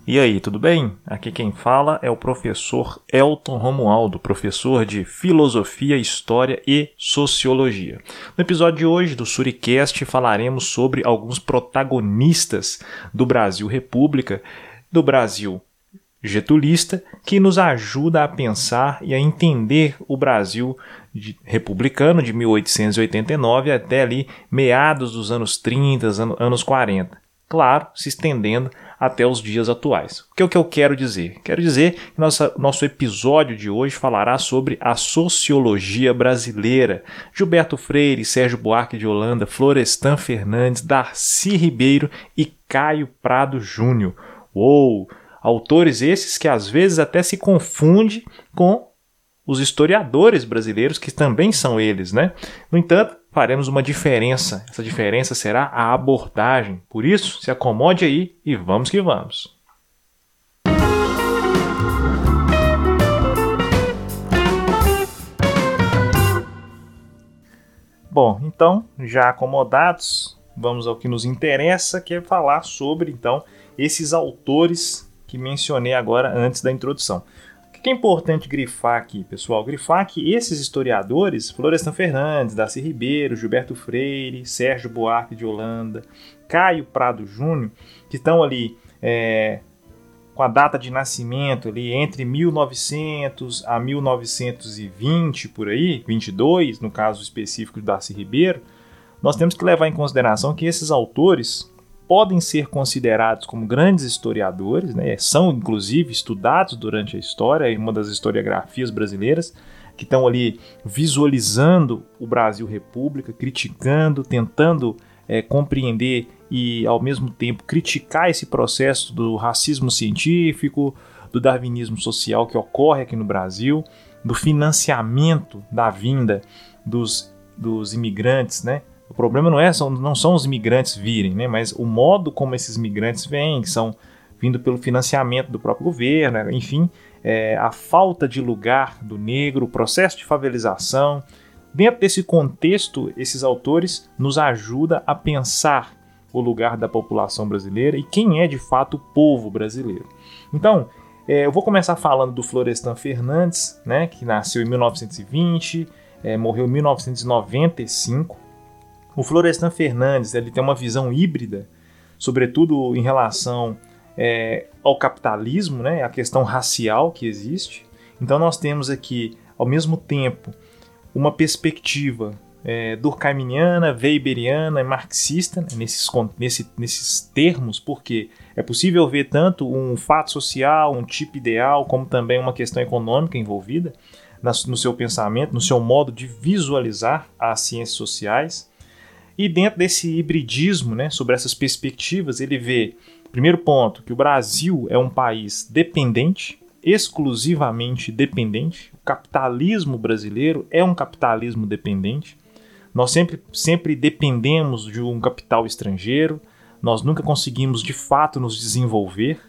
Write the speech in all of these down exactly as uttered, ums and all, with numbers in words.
E aí, tudo bem? Aqui quem fala é o professor Elton Romualdo, professor de Filosofia, História e Sociologia. No episódio de hoje do Suricast falaremos sobre alguns protagonistas do Brasil República, do Brasil getulista, que nos ajuda a pensar e a entender o Brasil de, republicano de mil oitocentos e oitenta e nove até ali meados dos anos trinta, anos quarenta. Claro, se estendendo até os dias atuais. O que é o que eu quero dizer? Quero dizer que nossa, nosso episódio de hoje falará sobre a sociologia brasileira. Gilberto Freire, Sérgio Buarque de Holanda, Florestan Fernandes, Darcy Ribeiro e Caio Prado Júnior. Uou! Autores esses que às vezes até se confundem com os historiadores brasileiros, que também são eles, né? No entanto, faremos uma diferença. Essa diferença será a abordagem. Por isso, se acomode aí e vamos que vamos. Bom, então, já acomodados, vamos ao que nos interessa, que é falar sobre, então, esses autores que mencionei agora antes da introdução. O que é importante grifar aqui, pessoal? Grifar que esses historiadores, Florestan Fernandes, Darcy Ribeiro, Gilberto Freire, Sérgio Buarque de Holanda, Caio Prado Júnior, que estão ali é, com a data de nascimento ali entre mil e novecentos a mil novecentos e vinte, por aí, vinte e dois, no caso específico de Darcy Ribeiro, nós temos que levar em consideração que esses autores podem ser considerados como grandes historiadores, né? São inclusive estudados durante a história, em uma das historiografias brasileiras, que estão ali visualizando o Brasil República, criticando, tentando é, compreender e ao mesmo tempo criticar esse processo do racismo científico, do darwinismo social que ocorre aqui no Brasil, do financiamento da vinda dos, dos imigrantes, né? O problema não, é, são, não são os imigrantes virem, né, mas o modo como esses imigrantes vêm, que são vindo pelo financiamento do próprio governo, enfim, é, a falta de lugar do negro, o processo de favelização. Dentro desse contexto, esses autores nos ajudam a pensar o lugar da população brasileira e quem é de fato o povo brasileiro. Então, é, eu vou começar falando do Florestan Fernandes, né, que nasceu em mil novecentos e vinte, é, morreu em mil novecentos e noventa e cinco. O Florestan Fernandes ele tem uma visão híbrida, sobretudo em relação é, ao capitalismo, né, a questão racial que existe. Então nós temos aqui, ao mesmo tempo, uma perspectiva é, durkheimiana, weberiana e marxista, né, nesses, nesse, nesses termos, porque é possível ver tanto um fato social, um tipo ideal, como também uma questão econômica envolvida na, no seu pensamento, no seu modo de visualizar as ciências sociais. E dentro desse hibridismo, né, sobre essas perspectivas, ele vê, primeiro ponto, que o Brasil é um país dependente, exclusivamente dependente. O capitalismo brasileiro é um capitalismo dependente. Nós sempre, sempre dependemos de um capital estrangeiro, nós nunca conseguimos de fato nos desenvolver.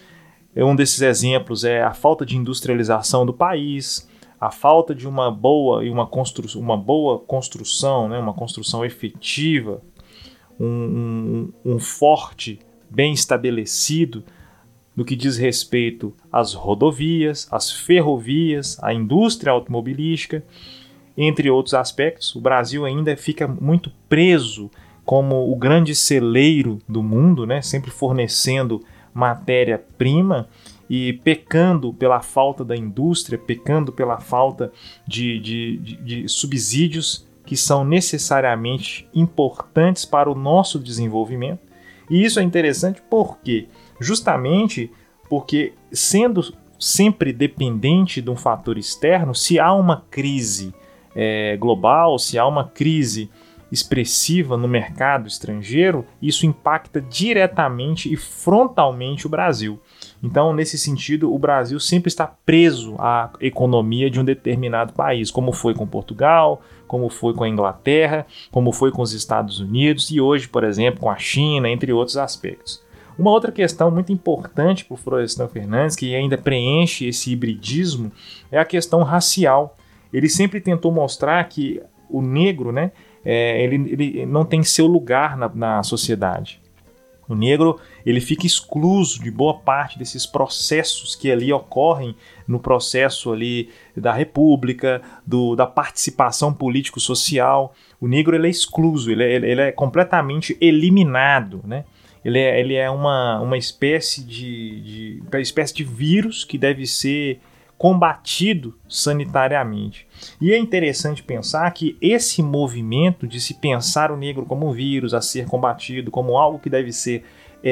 Um desses exemplos é a falta de industrialização do país, a falta de uma boa, uma constru, uma boa construção, né, uma construção efetiva, um, um, um forte, bem estabelecido no que diz respeito às rodovias, às ferrovias, à indústria automobilística, entre outros aspectos. O Brasil ainda fica muito preso como o grande celeiro do mundo, né, sempre fornecendo matéria-prima, e pecando pela falta da indústria, pecando pela falta de, de, de, de subsídios que são necessariamente importantes para o nosso desenvolvimento. E isso é interessante porque, justamente porque sendo sempre dependente de um fator externo, se há uma crise é, global, se há uma crise expressiva no mercado estrangeiro, isso impacta diretamente e frontalmente o Brasil. Então, nesse sentido, o Brasil sempre está preso à economia de um determinado país, como foi com Portugal, como foi com a Inglaterra, como foi com os Estados Unidos e hoje, por exemplo, com a China, entre outros aspectos. Uma outra questão muito importante para o Florestan Fernandes, que ainda preenche esse hibridismo, é a questão racial. Ele sempre tentou mostrar que o negro, né, é, ele, ele não tem seu lugar na, na sociedade. O negro ele fica excluso de boa parte desses processos que ali ocorrem no processo ali da república, do, da participação político-social. O negro ele é excluso, ele é, ele é completamente eliminado, né? Ele é, ele é uma, uma espécie de, de, uma espécie de vírus que deve ser combatido sanitariamente. E é interessante pensar que esse movimento de se pensar o negro como um vírus a ser combatido, como algo que deve ser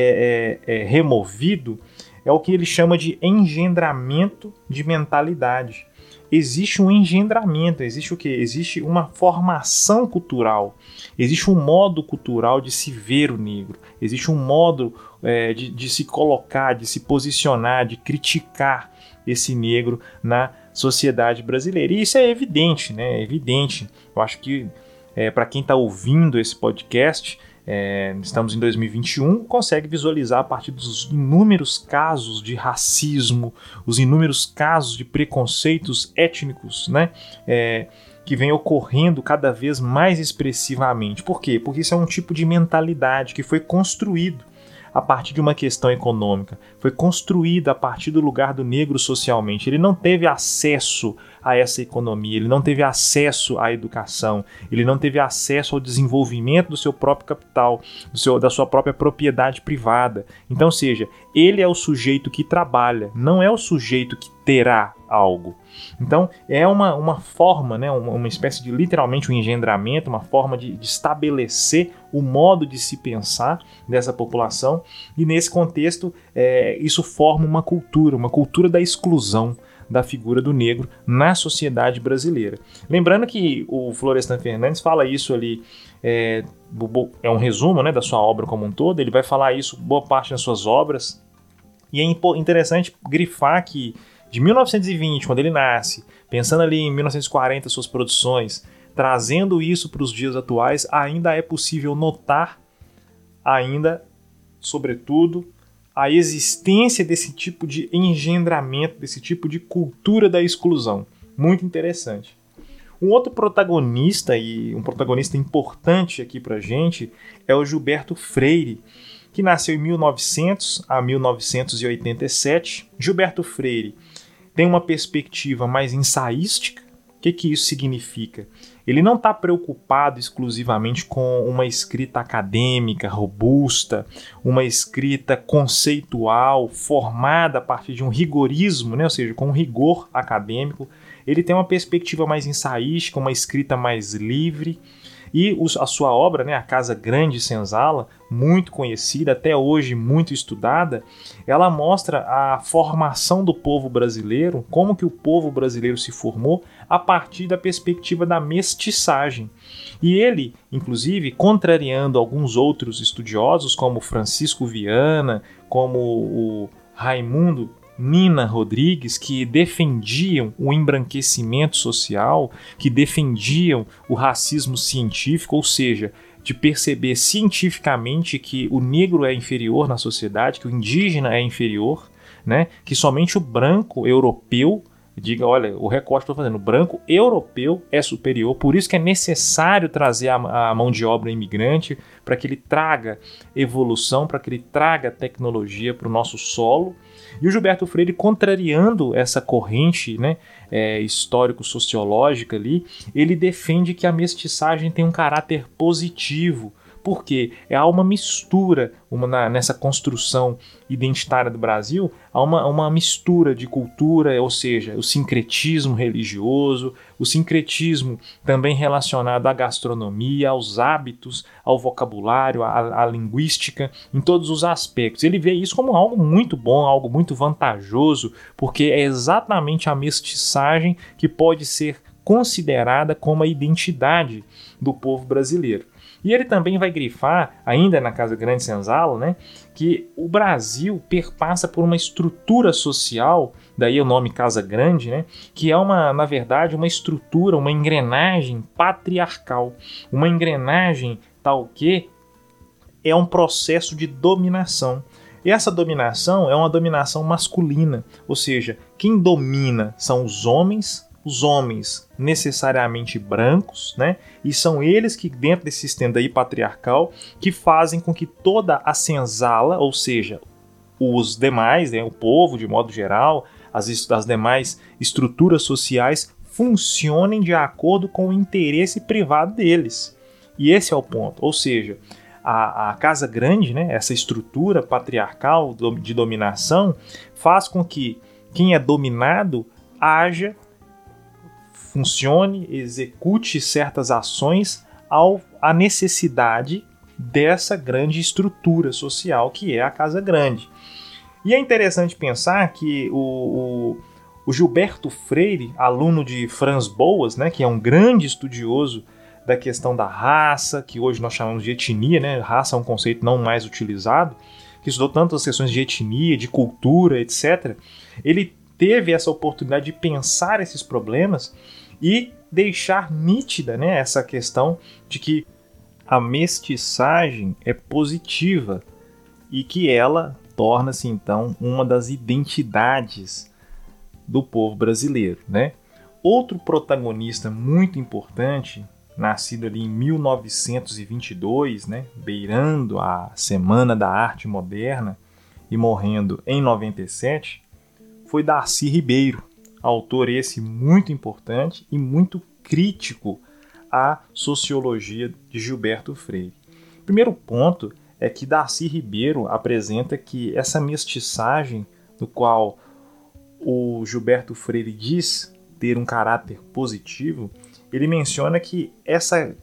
é, é, é, removido, é o que ele chama de engendramento de mentalidade. Existe um engendramento, existe o quê? Existe uma formação cultural, existe um modo cultural de se ver o negro, existe um modo é, de, de se colocar, de se posicionar, de criticar esse negro na sociedade brasileira. E isso é evidente, né? É evidente. Eu acho que é, para quem está ouvindo esse podcast, é, estamos em dois mil e vinte e um, consegue visualizar a partir dos inúmeros casos de racismo, os inúmeros casos de preconceitos étnicos, né? É, que vem ocorrendo cada vez mais expressivamente. Por quê? Porque isso é um tipo de mentalidade que foi construído a partir de uma questão econômica, foi construída a partir do lugar do negro socialmente. Ele não teve acesso a essa economia, ele não teve acesso à educação, ele não teve acesso ao desenvolvimento do seu próprio capital, do seu, da sua própria propriedade privada. Então, ou seja, ele é o sujeito que trabalha, não é o sujeito que terá algo. Então, é uma, uma forma, né, uma, uma espécie de, literalmente, um engendramento, uma forma de, de estabelecer o modo de se pensar dessa população, e nesse contexto, é, isso forma uma cultura, uma cultura da exclusão da figura do negro na sociedade brasileira. Lembrando que o Florestan Fernandes fala isso ali, é, é um resumo, né, da sua obra como um todo, ele vai falar isso boa parte das suas obras, e é interessante grifar que de mil novecentos e vinte, quando ele nasce, pensando ali em mil novecentos e quarenta, suas produções, trazendo isso para os dias atuais, ainda é possível notar, ainda, sobretudo, a existência desse tipo de engendramento, desse tipo de cultura da exclusão. Muito interessante. Um outro protagonista, e um protagonista importante aqui para a gente, é o Gilberto Freire, que nasceu em mil e novecentos a mil novecentos e oitenta e sete. Gilberto Freire tem uma perspectiva mais ensaística. O que, que isso significa? Ele não está preocupado exclusivamente com uma escrita acadêmica, robusta, uma escrita conceitual, formada a partir de um rigorismo, né? Ou seja, com um rigor acadêmico. Ele tem uma perspectiva mais ensaística, uma escrita mais livre. E a sua obra, né, A Casa Grande Senzala, muito conhecida, até hoje muito estudada, ela mostra a formação do povo brasileiro, como que o povo brasileiro se formou a partir da perspectiva da mestiçagem. E ele, inclusive, contrariando alguns outros estudiosos, como Francisco Viana, como o Raimundo Nina Rodrigues, que defendiam o embranquecimento social, que defendiam o racismo científico, ou seja, de perceber cientificamente que o negro é inferior na sociedade, que o indígena é inferior, né? Que somente o branco europeu, diga, olha, o recorte que eu estou fazendo, o branco europeu é superior, por isso que é necessário trazer a, a mão de obra imigrante, para que ele traga evolução, para que ele traga tecnologia para o nosso solo. E o Gilberto Freire, contrariando essa corrente, né, é, histórico-sociológica ali, ele defende que a mestiçagem tem um caráter positivo, porque há uma mistura uma, na, nessa construção identitária do Brasil, há uma, uma mistura de cultura, ou seja, o sincretismo religioso, o sincretismo também relacionado à gastronomia, aos hábitos, ao vocabulário, à, à linguística, em todos os aspectos. Ele vê isso como algo muito bom, algo muito vantajoso, porque é exatamente a mestiçagem que pode ser considerada como a identidade do povo brasileiro. E ele também vai grifar, ainda na Casa Grande Senzala, né, que o Brasil perpassa por uma estrutura social, daí o nome Casa Grande, né, que é, uma, na verdade, uma estrutura, uma engrenagem patriarcal, uma engrenagem tal que é um processo de dominação. E essa dominação é uma dominação masculina, ou seja, quem domina são os homens os homens necessariamente brancos, né? E são eles que, dentro desse sistema aí patriarcal, que fazem com que toda a senzala, ou seja, os demais, né, o povo de modo geral, as, as demais estruturas sociais, funcionem de acordo com o interesse privado deles. E esse é o ponto, ou seja, a, a casa grande, né, essa estrutura patriarcal de dominação, faz com que quem é dominado haja, funcione, execute certas ações ao, à necessidade dessa grande estrutura social que é a casa grande. E é interessante pensar que o, o, o Gilberto Freire, aluno de Franz Boas, né, que é um grande estudioso da questão da raça, que hoje nós chamamos de etnia, né? Raça é um conceito não mais utilizado, que estudou tanto as questões de etnia, de cultura, etcétera. Ele teve essa oportunidade de pensar esses problemas e deixar nítida, né, essa questão de que a mestiçagem é positiva e que ela torna-se, então, uma das identidades do povo brasileiro, né? Outro protagonista muito importante, nascido ali em mil novecentos e vinte e dois, né, beirando a Semana da Arte Moderna e morrendo em noventa e sete, foi Darcy Ribeiro, autor esse muito importante e muito crítico à sociologia de Gilberto Freire. O primeiro ponto é que Darcy Ribeiro apresenta que essa mestiçagem, do qual o Gilberto Freire diz ter um caráter positivo, ele menciona que essa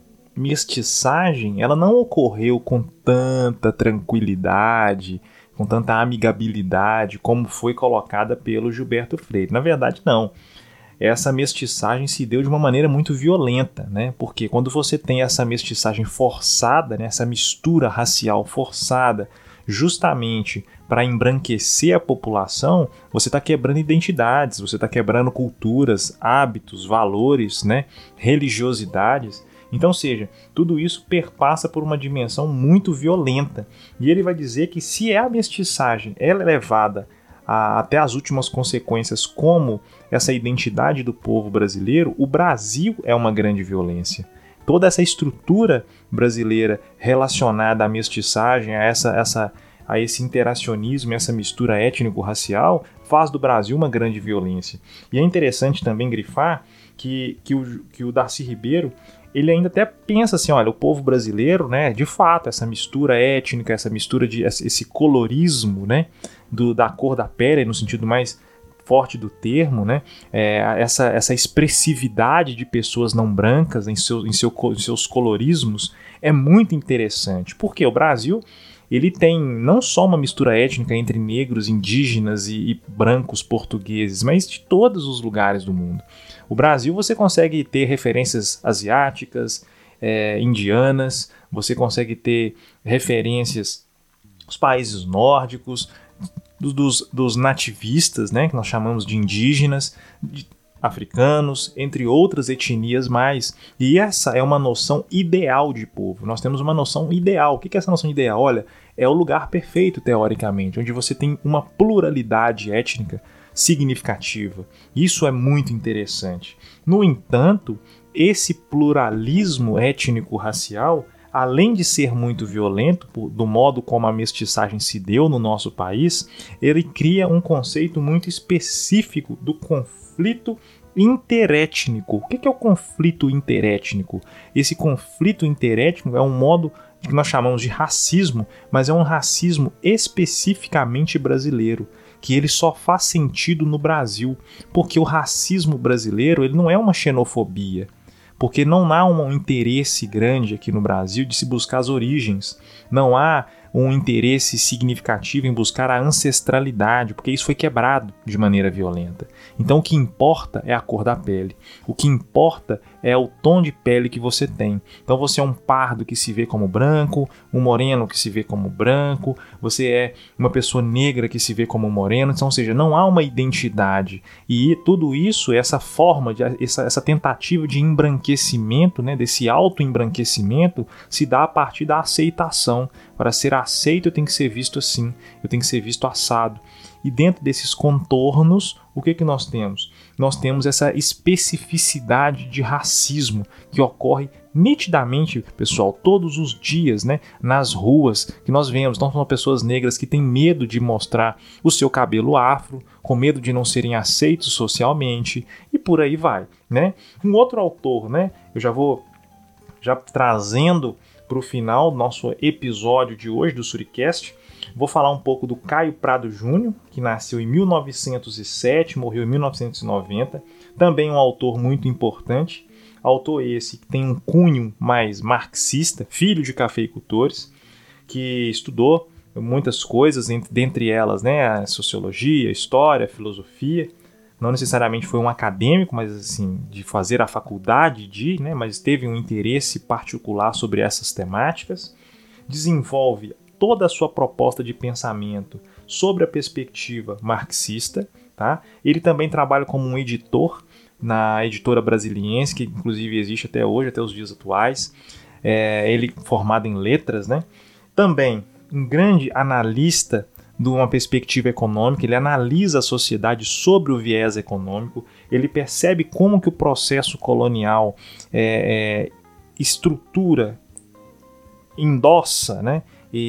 mestiçagem ela não ocorreu com tanta tranquilidade, com tanta amigabilidade como foi colocada pelo Gilberto Freire. Na verdade, não. Essa mestiçagem se deu de uma maneira muito violenta, né? Porque quando você tem essa mestiçagem forçada, né? Essa mistura racial forçada, justamente para embranquecer a população, você está quebrando identidades, você está quebrando culturas, hábitos, valores, né? Religiosidades. Então, ou seja, tudo isso perpassa por uma dimensão muito violenta. E ele vai dizer que se a mestiçagem ela é levada a, até as últimas consequências como essa identidade do povo brasileiro, o Brasil é uma grande violência. Toda essa estrutura brasileira relacionada à mestiçagem, a, essa, essa, a esse interacionismo, essa mistura étnico-racial, faz do Brasil uma grande violência. E é interessante também grifar que, que, o, que o Darcy Ribeiro ele ainda até pensa assim, olha, o povo brasileiro, né, de fato, essa mistura étnica, essa mistura de esse colorismo, né, do, da cor da pele, no sentido mais forte do termo, né, é, essa, essa expressividade de pessoas não brancas em, seu, em, seu, em seus colorismos é muito interessante, porque o Brasil ele tem não só uma mistura étnica entre negros, indígenas e, e brancos portugueses, mas de todos os lugares do mundo. O Brasil você consegue ter referências asiáticas, é, indianas, você consegue ter referências dos países nórdicos, dos, dos nativistas, né, que nós chamamos de indígenas, de africanos, entre outras etnias mais. E essa é uma noção ideal de povo. Nós temos uma noção ideal. O que é essa noção ideal? Olha, é o lugar perfeito, teoricamente, onde você tem uma pluralidade étnica significativa. Isso é muito interessante. No entanto, esse pluralismo étnico-racial, além de ser muito violento, do modo como a mestiçagem se deu no nosso país, ele cria um conceito muito específico do conflito interétnico. O que é o conflito interétnico? Esse conflito interétnico é um modo que nós chamamos de racismo, mas é um racismo especificamente brasileiro, que ele só faz sentido no Brasil, porque o racismo brasileiro ele não é uma xenofobia, porque não há um interesse grande aqui no Brasil de se buscar as origens, não há um interesse significativo em buscar a ancestralidade, porque isso foi quebrado de maneira violenta. Então o que importa é a cor da pele, o que importa é o tom de pele que você tem. Então você é um pardo que se vê como branco, um moreno que se vê como branco, você é uma pessoa negra que se vê como moreno, então, ou seja, não há uma identidade. E tudo isso, essa forma, de, essa, essa tentativa de embranquecimento, né, desse auto-embranquecimento, se dá a partir da aceitação. Para ser aceito eu tenho que ser visto assim, eu tenho que ser visto assado. E dentro desses contornos, o que, que nós temos? nós temos essa especificidade de racismo que ocorre nitidamente, pessoal, todos os dias, né, nas ruas que nós vemos. Então são pessoas negras que têm medo de mostrar o seu cabelo afro, com medo de não serem aceitos socialmente e por aí vai, né? Um outro autor, né, eu já vou já trazendo para o final do nosso episódio de hoje do Suricast, vou falar um pouco do Caio Prado Júnior, que nasceu em mil novecentos e sete, morreu em mil novecentos e noventa, também um autor muito importante. Autor esse que tem um cunho mais marxista, filho de cafeicultores, que estudou muitas coisas, dentre elas, né, a sociologia, a história, a filosofia. Não necessariamente foi um acadêmico, mas assim, de fazer a faculdade de, né, mas teve um interesse particular sobre essas temáticas. Desenvolve toda a sua proposta de pensamento sobre a perspectiva marxista, tá? Ele também trabalha como um editor na editora Brasiliense, que inclusive existe até hoje, até os dias atuais. É, ele formado em letras, né? Também um grande analista de uma perspectiva econômica, ele analisa a sociedade sobre o viés econômico, ele percebe como que o processo colonial é, é, estrutura, endossa, né?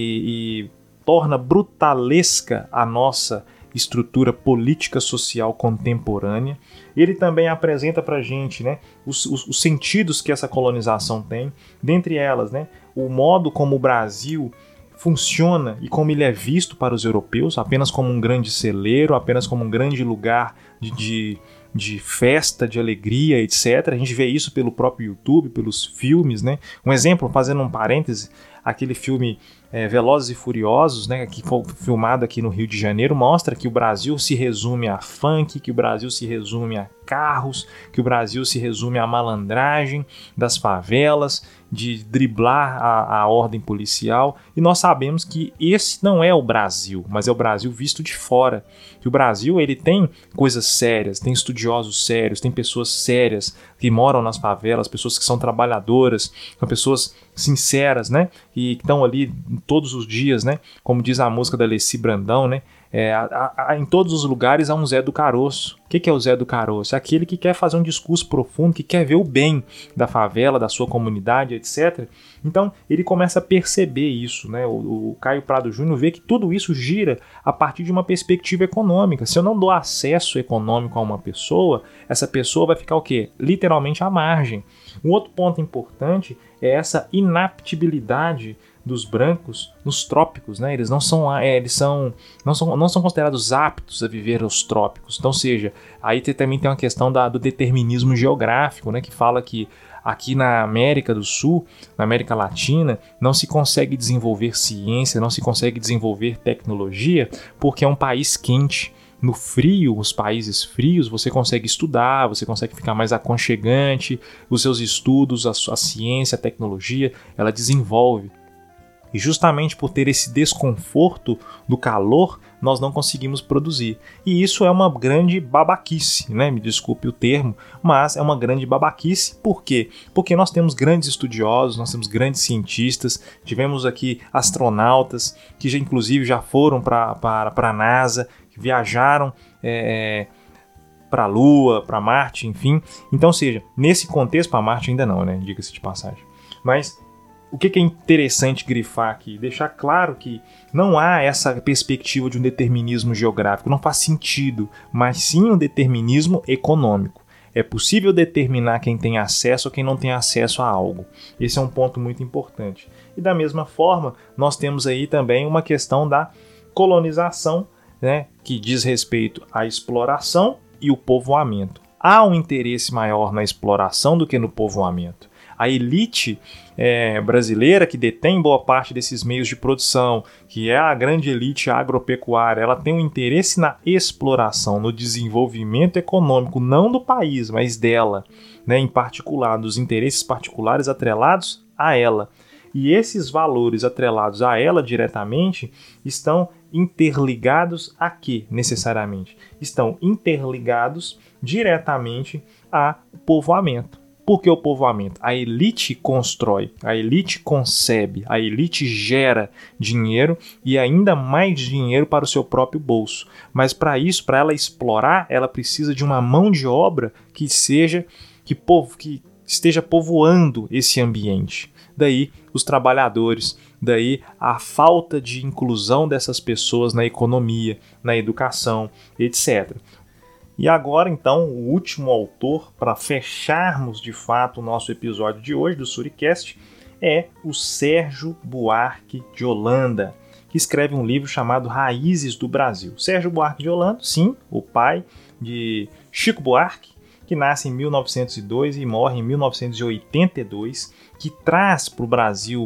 e, e torna brutalesca a nossa estrutura política social contemporânea. Ele também apresenta para a gente, né, os, os, os sentidos que essa colonização tem, dentre elas, né, o modo como o Brasil funciona e como ele é visto para os europeus, apenas como um grande celeiro, apenas como um grande lugar de, de, de festa, de alegria, etcétera. A gente vê isso pelo próprio YouTube, pelos filmes, né? Um exemplo, fazendo um parêntese, aquele filme é, Velozes e Furiosos, né, que foi filmado aqui no Rio de Janeiro, mostra que o Brasil se resume a funk, que o Brasil se resume a carros, que o Brasil se resume à malandragem das favelas, de driblar a, a ordem policial, e nós sabemos que esse não é o Brasil, mas é o Brasil visto de fora. Que o Brasil, ele tem coisas sérias, tem estudiosos sérios, tem pessoas sérias que moram nas favelas, pessoas que são trabalhadoras, são pessoas sinceras, né, e que estão ali todos os dias, né, como diz a música da Leci Brandão, né, É, a, a, em todos os lugares há um Zé do Caroço. O que, que é o Zé do Caroço? É aquele que quer fazer um discurso profundo, que quer ver o bem da favela, da sua comunidade, etcétera. Então ele começa a perceber isso, né? O, o Caio Prado Júnior vê que tudo isso gira a partir de uma perspectiva econômica. Se eu não dou acesso econômico a uma pessoa, essa pessoa vai ficar o quê? Literalmente à margem. Um outro ponto importante é essa inaptibilidade dos brancos nos trópicos, né? Eles não são, é, eles são, não são, não são considerados aptos a viver nos trópicos. Então, seja, aí também tem uma questão da, do determinismo geográfico, né? Que fala que aqui na América do Sul, na América Latina, não se consegue desenvolver ciência, não se consegue desenvolver tecnologia, porque é um país quente. No frio, os países frios, você consegue estudar, você consegue ficar mais aconchegante, os seus estudos, a, a ciência, a tecnologia, ela desenvolve. E justamente por ter esse desconforto do calor, nós não conseguimos produzir. E isso é uma grande babaquice, né? Me desculpe o termo, mas é uma grande babaquice. Por quê? Porque nós temos grandes estudiosos, nós temos grandes cientistas, tivemos aqui astronautas que já, inclusive já foram para a NASA, que viajaram é, para a Lua, para Marte, enfim. Então, seja, nesse contexto, para Marte ainda não, né? Diga-se de passagem. Mas o que é interessante grifar aqui? Deixar claro que não há essa perspectiva de um determinismo geográfico, não faz sentido, mas sim um determinismo econômico. É possível determinar quem tem acesso ou quem não tem acesso a algo. Esse é um ponto muito importante. E da mesma forma, nós temos aí também uma questão da colonização, né, que diz respeito à exploração e o povoamento. Há um interesse maior na exploração do que no povoamento. A elite é, brasileira que detém boa parte desses meios de produção, que é a grande elite agropecuária, ela tem um interesse na exploração, no desenvolvimento econômico, não do país, mas dela, né, em particular, dos interesses particulares atrelados a ela. E esses valores atrelados a ela diretamente estão interligados a quê, necessariamente? Estão interligados diretamente ao povoamento. Por que o povoamento? A elite constrói, a elite concebe, a elite gera dinheiro e ainda mais dinheiro para o seu próprio bolso. Mas para isso, para ela explorar, ela precisa de uma mão de obra que seja, que, povo, que esteja povoando esse ambiente. Daí os trabalhadores, daí a falta de inclusão dessas pessoas na economia, na educação, etcétera. E agora, então, o último autor, para fecharmos de fato o nosso episódio de hoje do Suricast, é o Sérgio Buarque de Holanda, que escreve um livro chamado Raízes do Brasil. Sérgio Buarque de Holanda, sim, o pai de Chico Buarque, que nasce em mil novecentos e dois e morre em mil novecentos e oitenta e dois, que traz para o Brasil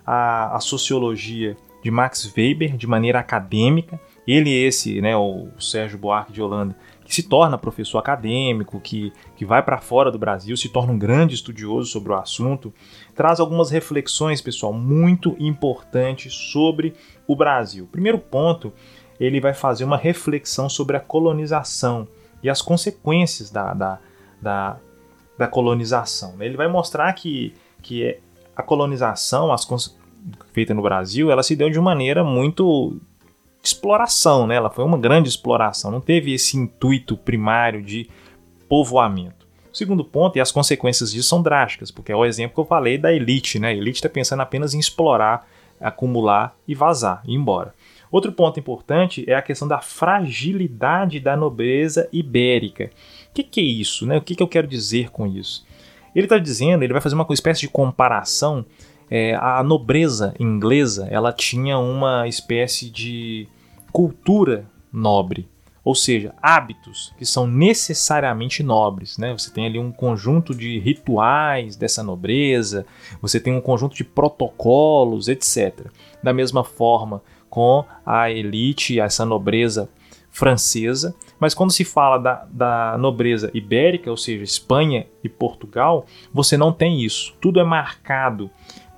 a, a sociologia de Max Weber de maneira acadêmica. Ele é esse, né, o Sérgio Buarque de Holanda, que se torna professor acadêmico, que, que vai para fora do Brasil, se torna um grande estudioso sobre o assunto, traz algumas reflexões, pessoal, muito importantes sobre o Brasil. Primeiro ponto, ele vai fazer uma reflexão sobre a colonização e as consequências da, da, da, da colonização. Ele vai mostrar que, que a colonização as, feita no Brasil, ela se deu de maneira muito exploração, né? Ela foi uma grande exploração, não teve esse intuito primário de povoamento. O segundo ponto, e as consequências disso são drásticas, porque é o exemplo que eu falei da elite, né? A elite está pensando apenas em explorar, acumular e vazar, ir embora. Outro ponto importante é a questão da fragilidade da nobreza ibérica. O que, que é isso, né? O que, que eu quero dizer com isso? Ele está dizendo, ele vai fazer uma espécie de comparação. É, a nobreza inglesa, ela tinha uma espécie de cultura nobre, ou seja, hábitos que são necessariamente nobres, né? Você tem ali um conjunto de rituais dessa nobreza, você tem um conjunto de protocolos, etcétera. Da mesma forma com a elite, essa nobreza francesa, mas quando se fala da, da nobreza ibérica, ou seja, Espanha e Portugal, você não tem isso. Tudo é marcado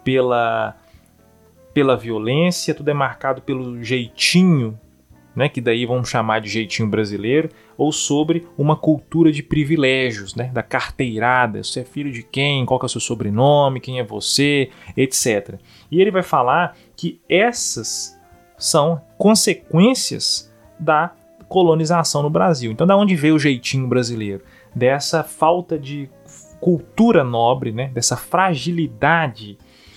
Pela, pela violência, tudo é marcado pelo jeitinho, né, que daí vamos chamar de jeitinho brasileiro, ou sobre uma cultura de privilégios, né, da carteirada, você é filho de quem, qual que é o seu sobrenome, quem é você, etcétera. E ele vai falar que essas são consequências da colonização no Brasil. Então, da onde veio o jeitinho brasileiro? Dessa falta de cultura nobre, né, dessa fragilidade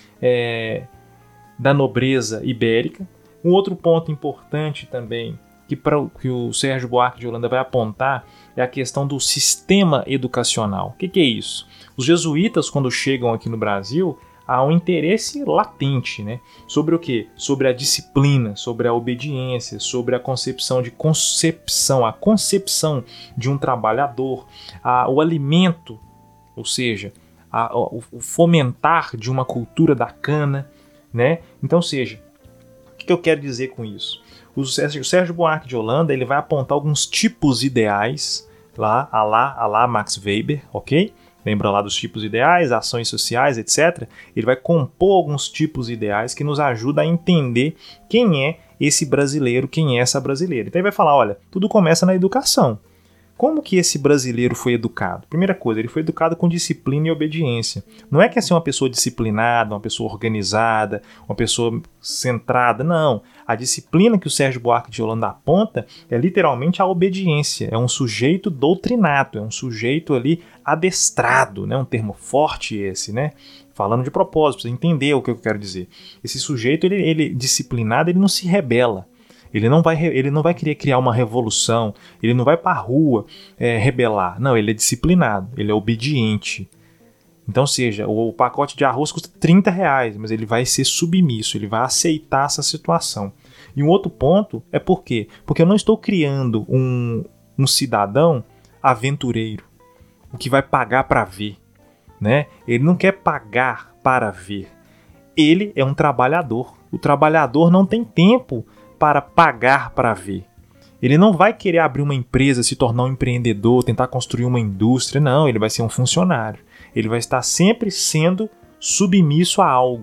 É, da nobreza ibérica. Um outro ponto importante também que, pra, que o Sérgio Buarque de Holanda vai apontar é a questão do sistema educacional. O que, que é isso? Os jesuítas, quando chegam aqui no Brasil, há um interesse latente, né? Sobre o quê? Sobre a disciplina, sobre a obediência, sobre a concepção de concepção, a concepção de um trabalhador, a, o alimento, ou seja, A, o, o fomentar de uma cultura da cana, né? Então, seja, o que, que eu quero dizer com isso? O Sérgio, o Sérgio Buarque de Holanda, ele vai apontar alguns tipos ideais, lá, a lá, a lá Max Weber, ok? Lembra lá dos tipos ideais, ações sociais, etcétera. Ele vai compor alguns tipos ideais que nos ajudam a entender quem é esse brasileiro, quem é essa brasileira. Então ele vai falar, olha, tudo começa na educação. Como que esse brasileiro foi educado? Primeira coisa, ele foi educado com disciplina e obediência. Não é que é ser uma pessoa disciplinada, uma pessoa organizada, uma pessoa centrada, não. A disciplina que o Sérgio Buarque de Holanda aponta é literalmente a obediência. É um sujeito doutrinado, é um sujeito ali adestrado, né? Um termo forte esse, né? Falando de propósito, para você entender o que eu quero dizer. Esse sujeito, ele, ele disciplinado, ele não se rebela. Ele não vai, ele não vai querer criar uma revolução, ele não vai para a rua é, rebelar. Não, ele é disciplinado, ele é obediente. Então, seja, o, o pacote de arroz custa trinta reais, mas ele vai ser submisso, ele vai aceitar essa situação. E um outro ponto é por quê? Porque eu não estou criando um, um cidadão aventureiro, o que vai pagar para ver, né? Ele não quer pagar para ver. Ele é um trabalhador. O trabalhador não tem tempo para pagar para ver. Ele não vai querer abrir uma empresa, se tornar um empreendedor, tentar construir uma indústria. Não, ele vai ser um funcionário. Ele vai estar sempre sendo submisso a algo,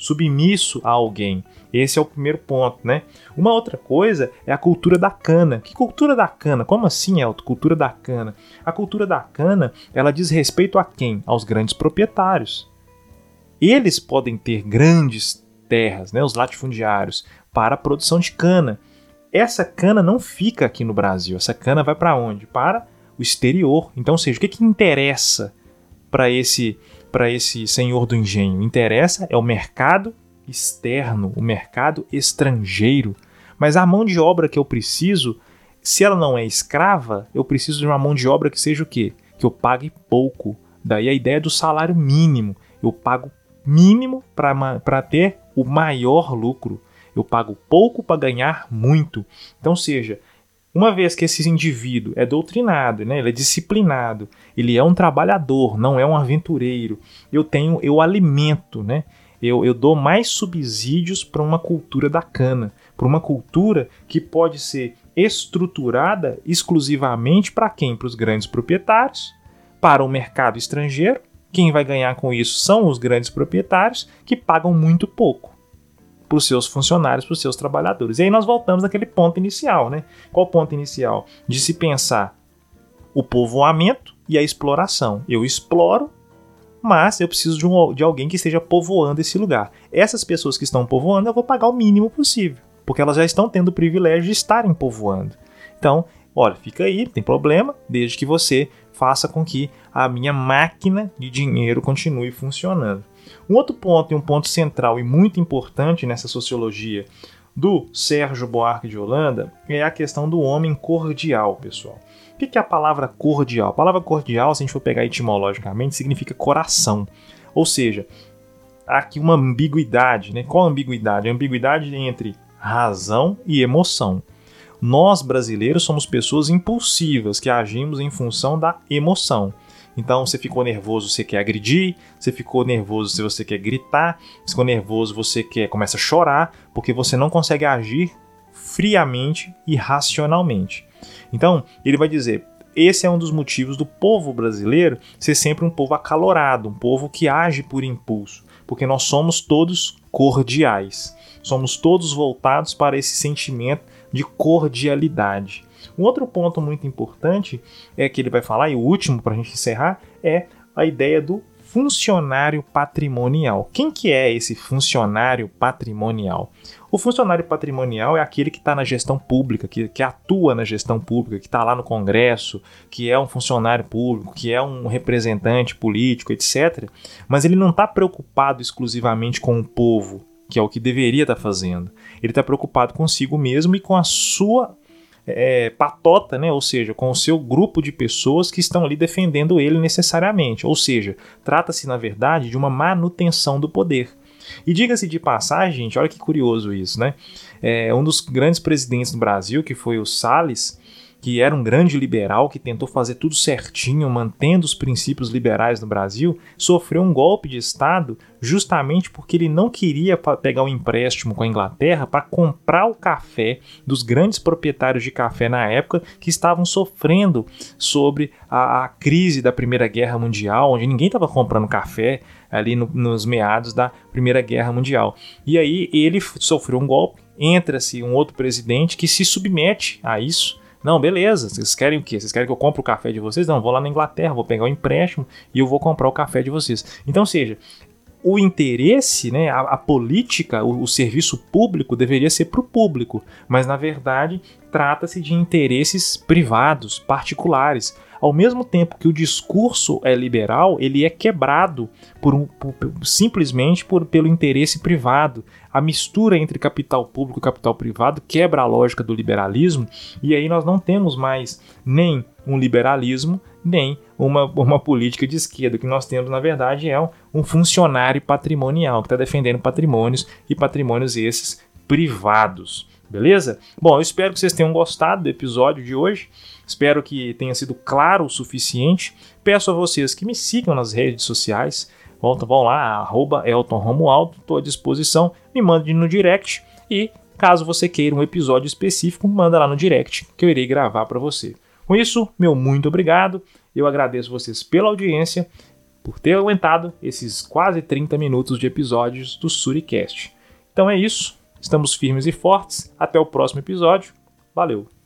submisso a alguém. Esse é o primeiro ponto, né? Uma outra coisa é a cultura da cana. Que cultura da cana? Como assim, Elton? Cultura da cana. A cultura da cana, ela diz respeito a quem? Aos grandes proprietários. Eles podem ter grandes terras, né, os latifundiários, para a produção de cana. Essa cana não fica aqui no Brasil. Essa cana vai para onde? Para o exterior. Então, ou seja, o que, que interessa para esse, para esse senhor do engenho? Interessa é o mercado externo, o mercado estrangeiro. Mas a mão de obra que eu preciso, se ela não é escrava, eu preciso de uma mão de obra que seja o quê? Que eu pague pouco. Daí a ideia do salário mínimo. Eu pago mínimo para ter o maior lucro. Eu pago pouco para ganhar muito. Então, seja, uma vez que esse indivíduo é doutrinado, né, ele é disciplinado, ele é um trabalhador, não é um aventureiro, eu tenho, eu alimento, né, eu, eu dou mais subsídios para uma cultura da cana, para uma cultura que pode ser estruturada exclusivamente para quem? Para os grandes proprietários, para o mercado estrangeiro. Quem vai ganhar com isso são os grandes proprietários que pagam muito pouco para os seus funcionários, para os seus trabalhadores. E aí nós voltamos naquele ponto inicial, né? Qual o ponto inicial? De se pensar o povoamento e a exploração. Eu exploro, mas eu preciso de, um, de alguém que esteja povoando esse lugar. Essas pessoas que estão povoando, eu vou pagar o mínimo possível, porque elas já estão tendo o privilégio de estarem povoando. Então, olha, fica aí, não tem problema, desde que você faça com que a minha máquina de dinheiro continue funcionando. Um outro ponto, e um ponto central e muito importante nessa sociologia do Sérgio Buarque de Holanda, é a questão do homem cordial, pessoal. O que é a palavra cordial? A palavra cordial, se a gente for pegar etimologicamente, significa coração. Ou seja, há aqui uma ambiguidade, né? Qual a ambiguidade? A ambiguidade entre razão e emoção. Nós, brasileiros, somos pessoas impulsivas, que agimos em função da emoção. Então, você ficou nervoso, você quer agredir, você ficou nervoso, se você quer gritar, você ficou nervoso, você quer, começa a chorar, porque você não consegue agir friamente e racionalmente. Então, ele vai dizer, esse é um dos motivos do povo brasileiro ser sempre um povo acalorado, um povo que age por impulso, porque nós somos todos cordiais, somos todos voltados para esse sentimento de cordialidade. Um outro ponto muito importante é que ele vai falar, e o último para a gente encerrar, é a ideia do funcionário patrimonial. Quem que é esse funcionário patrimonial? O funcionário patrimonial é aquele que está na gestão pública, que, que atua na gestão pública, que está lá no Congresso, que é um funcionário público, que é um representante político, etcétera. Mas ele não está preocupado exclusivamente com o povo, que é o que deveria estar fazendo. Ele está preocupado consigo mesmo e com a sua é, patota, né? Ou seja, com o seu grupo de pessoas que estão ali defendendo ele necessariamente. Ou seja, trata-se, na verdade, de uma manutenção do poder. E diga-se de passagem, gente, olha que curioso isso, né? É, um dos grandes presidentes do Brasil, que foi o Salles, que era um grande liberal, que tentou fazer tudo certinho, mantendo os princípios liberais no Brasil, sofreu um golpe de Estado justamente porque ele não queria pegar um empréstimo com a Inglaterra para comprar o café dos grandes proprietários de café na época que estavam sofrendo sobre a, a crise da Primeira Guerra Mundial, onde ninguém estava comprando café ali no, nos meados da Primeira Guerra Mundial. E aí ele sofreu um golpe, entra-se um outro presidente que se submete a isso. Não, beleza, vocês querem o quê? Vocês querem que eu compre o café de vocês? Não, vou lá na Inglaterra, vou pegar o empréstimo e eu vou comprar o café de vocês. Então, ou seja, o interesse, né, a, a política, o, o serviço público deveria ser para o público, mas na verdade trata-se de interesses privados, particulares. Ao mesmo tempo que o discurso é liberal, ele é quebrado por um, por, simplesmente por, pelo interesse privado. A mistura entre capital público e capital privado quebra a lógica do liberalismo, e aí nós não temos mais nem um liberalismo, nem uma, uma política de esquerda. O que nós temos, na verdade, é um, um funcionário patrimonial que está defendendo patrimônios, e patrimônios esses privados. Beleza? Bom, eu espero que vocês tenham gostado do episódio de hoje. Espero que tenha sido claro o suficiente. Peço a vocês que me sigam nas redes sociais. Volta, vão lá, arroba Elton Romualdo, estou à disposição. Me mande no direct e, caso você queira um episódio específico, manda lá no direct que eu irei gravar para você. Com isso, meu muito obrigado. Eu agradeço vocês pela audiência. por ter aguentado esses quase trinta minutos de episódios do Suricast. Então é isso, estamos firmes e fortes, até o próximo episódio, valeu!